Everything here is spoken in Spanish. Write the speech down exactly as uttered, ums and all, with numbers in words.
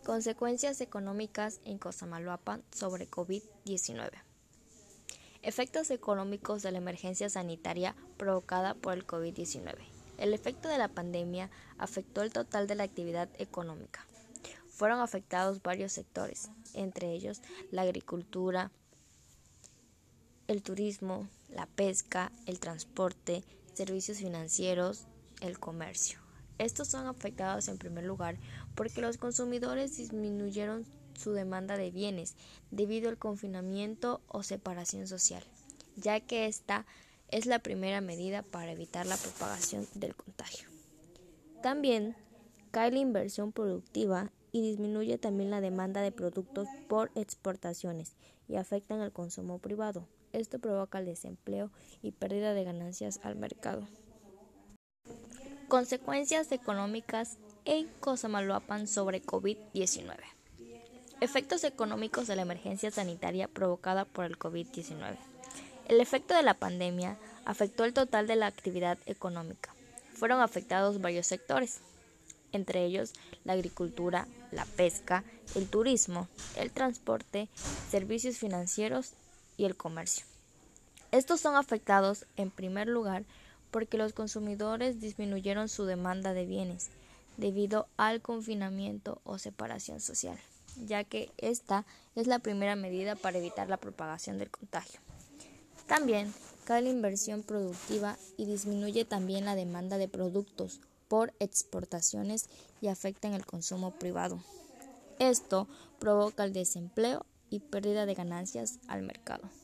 Consecuencias económicas en Cosamaloapan sobre COVID diecinueve. Efectos económicos de la emergencia sanitaria provocada por el COVID diecinueve. El efecto de la pandemia afectó el total de la actividad económica. Fueron afectados varios sectores, entre ellos la agricultura, el turismo, la pesca, el transporte, servicios financieros, el comercio. Estos son afectados en primer lugar porque los consumidores disminuyeron su demanda de bienes debido al confinamiento o separación social, ya que esta es la primera medida para evitar la propagación del contagio. También cae la inversión productiva y disminuye también la demanda de productos por exportaciones y afectan al consumo privado. Esto provoca el desempleo y pérdida de ganancias al mercado. Consecuencias económicas en Cosamaloapan sobre COVID diecinueve. Efectos económicos de la emergencia sanitaria provocada por el COVID diecinueve. El efecto de la pandemia afectó el total de la actividad económica. Fueron afectados varios sectores, entre ellos la agricultura, la pesca, el turismo, el transporte, servicios financieros y el comercio. Estos son afectados en primer lugar porque los consumidores disminuyeron su demanda de bienes debido al confinamiento o separación social, ya que esta es la primera medida para evitar la propagación del contagio. También cae la inversión productiva y disminuye también la demanda de productos por exportaciones y afectan el consumo privado. Esto provoca el desempleo y pérdida de ganancias al mercado.